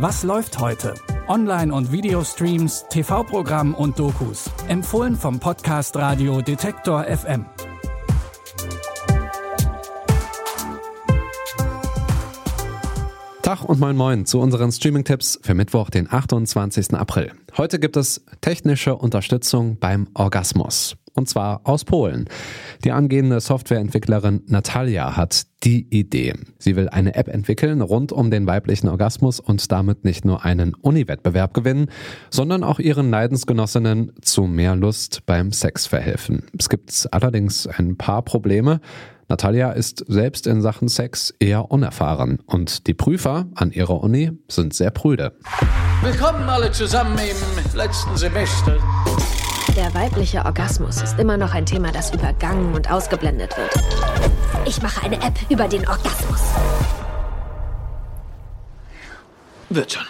Was läuft heute? Online- und Videostreams, TV-Programm und Dokus. Empfohlen vom Podcast Radio Detektor FM. Tag und moin moin zu unseren Streaming-Tipps für Mittwoch, den 28. April. Heute gibt es technische Unterstützung beim Orgasmus. Und zwar aus Polen. Die angehende Softwareentwicklerin Natalia hat die Idee. Sie will eine App entwickeln rund um den weiblichen Orgasmus und damit nicht nur einen Uni-Wettbewerb gewinnen, sondern auch ihren Leidensgenossinnen zu mehr Lust beim Sex verhelfen. Es gibt allerdings ein paar Probleme. Natalia ist selbst in Sachen Sex eher unerfahren und die Prüfer an ihrer Uni sind sehr prüde. Willkommen alle zusammen im letzten Semester. Der weibliche Orgasmus ist immer noch ein Thema, das übergangen und ausgeblendet wird. Ich mache eine App über den Orgasmus. Wird schon.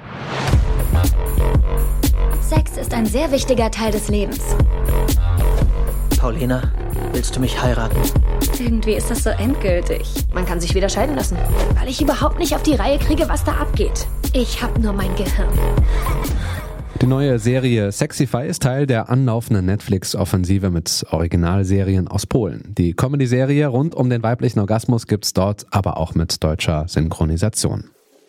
Sex ist ein sehr wichtiger Teil des Lebens. Paulina, willst du mich heiraten? Irgendwie ist das so endgültig. Man kann sich wieder scheiden lassen, weil ich überhaupt nicht auf die Reihe kriege, was da abgeht. Ich habe nur mein Gehirn. Die neue Serie Sexify ist Teil der anlaufenden Netflix-Offensive mit Originalserien aus Polen. Die Comedy-Serie rund um den weiblichen Orgasmus gibt's dort aber auch mit deutscher Synchronisation.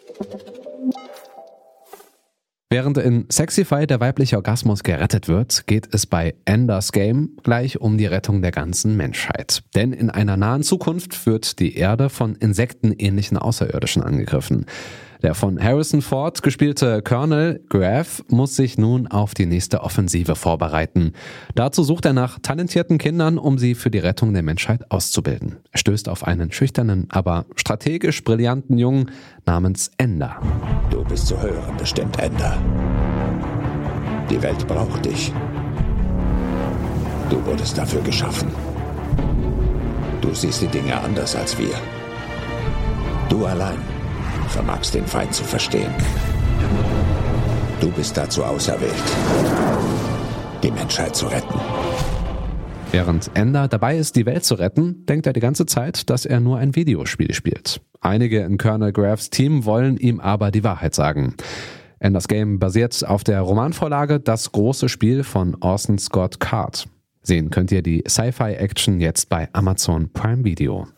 Während in Sexify der weibliche Orgasmus gerettet wird, geht es bei Ender's Game gleich um die Rettung der ganzen Menschheit. Denn in einer nahen Zukunft wird die Erde von insektenähnlichen Außerirdischen angegriffen. Der von Harrison Ford gespielte Colonel Graff muss sich nun auf die nächste Offensive vorbereiten. Dazu sucht er nach talentierten Kindern, um sie für die Rettung der Menschheit auszubilden. Er stößt auf einen schüchternen, aber strategisch brillanten Jungen namens Ender. Du bist zu hören bestimmt, Ender. Die Welt braucht dich. Du wurdest dafür geschaffen. Du siehst die Dinge anders als wir. Du allein vermagst den Feind zu verstehen. Du bist dazu auserwählt, die Menschheit zu retten. Während Ender dabei ist, die Welt zu retten, denkt er die ganze Zeit, dass er nur ein Videospiel spielt. Einige in Colonel Graffs Team wollen ihm aber die Wahrheit sagen. Ender's Game basiert auf der Romanvorlage Das große Spiel von Orson Scott Card. Sehen könnt ihr die Sci-Fi-Action jetzt bei Amazon Prime Video.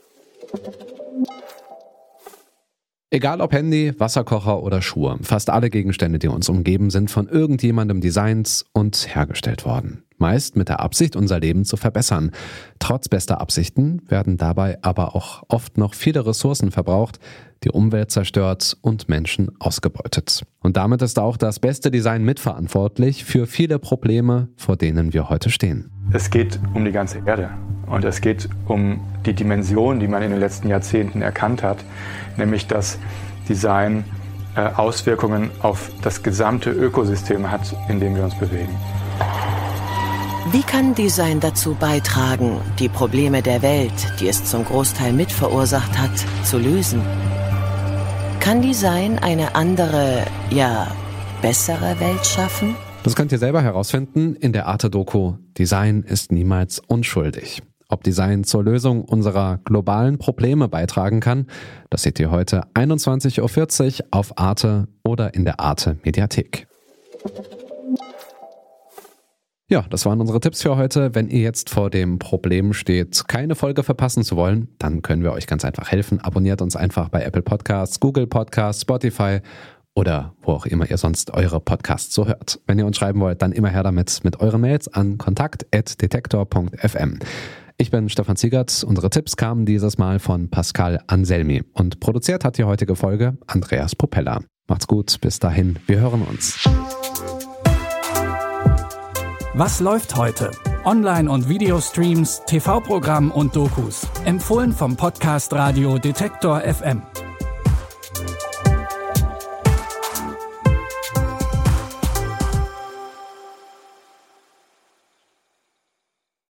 Egal ob Handy, Wasserkocher oder Schuhe, fast alle Gegenstände, die uns umgeben, sind von irgendjemandem designt und hergestellt worden. Meist mit der Absicht, unser Leben zu verbessern. Trotz bester Absichten werden dabei aber auch oft noch viele Ressourcen verbraucht, die Umwelt zerstört und Menschen ausgebeutet. Und damit ist auch das beste Design mitverantwortlich für viele Probleme, vor denen wir heute stehen. Es geht um die ganze Erde und es geht um die Dimension, die man in den letzten Jahrzehnten erkannt hat, nämlich dass Design Auswirkungen auf das gesamte Ökosystem hat, in dem wir uns bewegen. Wie kann Design dazu beitragen, die Probleme der Welt, die es zum Großteil mitverursacht hat, zu lösen? Kann Design eine andere, bessere Welt schaffen? Das könnt ihr selber herausfinden in der Arte-Doku Design ist niemals unschuldig. Ob Design zur Lösung unserer globalen Probleme beitragen kann, das seht ihr heute 21.40 Uhr auf Arte oder in der Arte-Mediathek. Ja, das waren unsere Tipps für heute. Wenn ihr jetzt vor dem Problem steht, keine Folge verpassen zu wollen, dann können wir euch ganz einfach helfen. Abonniert uns einfach bei Apple Podcasts, Google Podcasts, Spotify oder wo auch immer ihr sonst eure Podcasts so hört. Wenn ihr uns schreiben wollt, dann immer her damit mit euren Mails an kontakt@detektor.fm. Ich bin Stefan Ziegert. Unsere Tipps kamen dieses Mal von Pascal Anselmi und produziert hat die heutige Folge Andreas Propeller. Macht's gut, bis dahin, wir hören uns. Was läuft heute? Online- und Videostreams, TV-Programm und Dokus. Empfohlen vom Podcast Radio Detektor FM.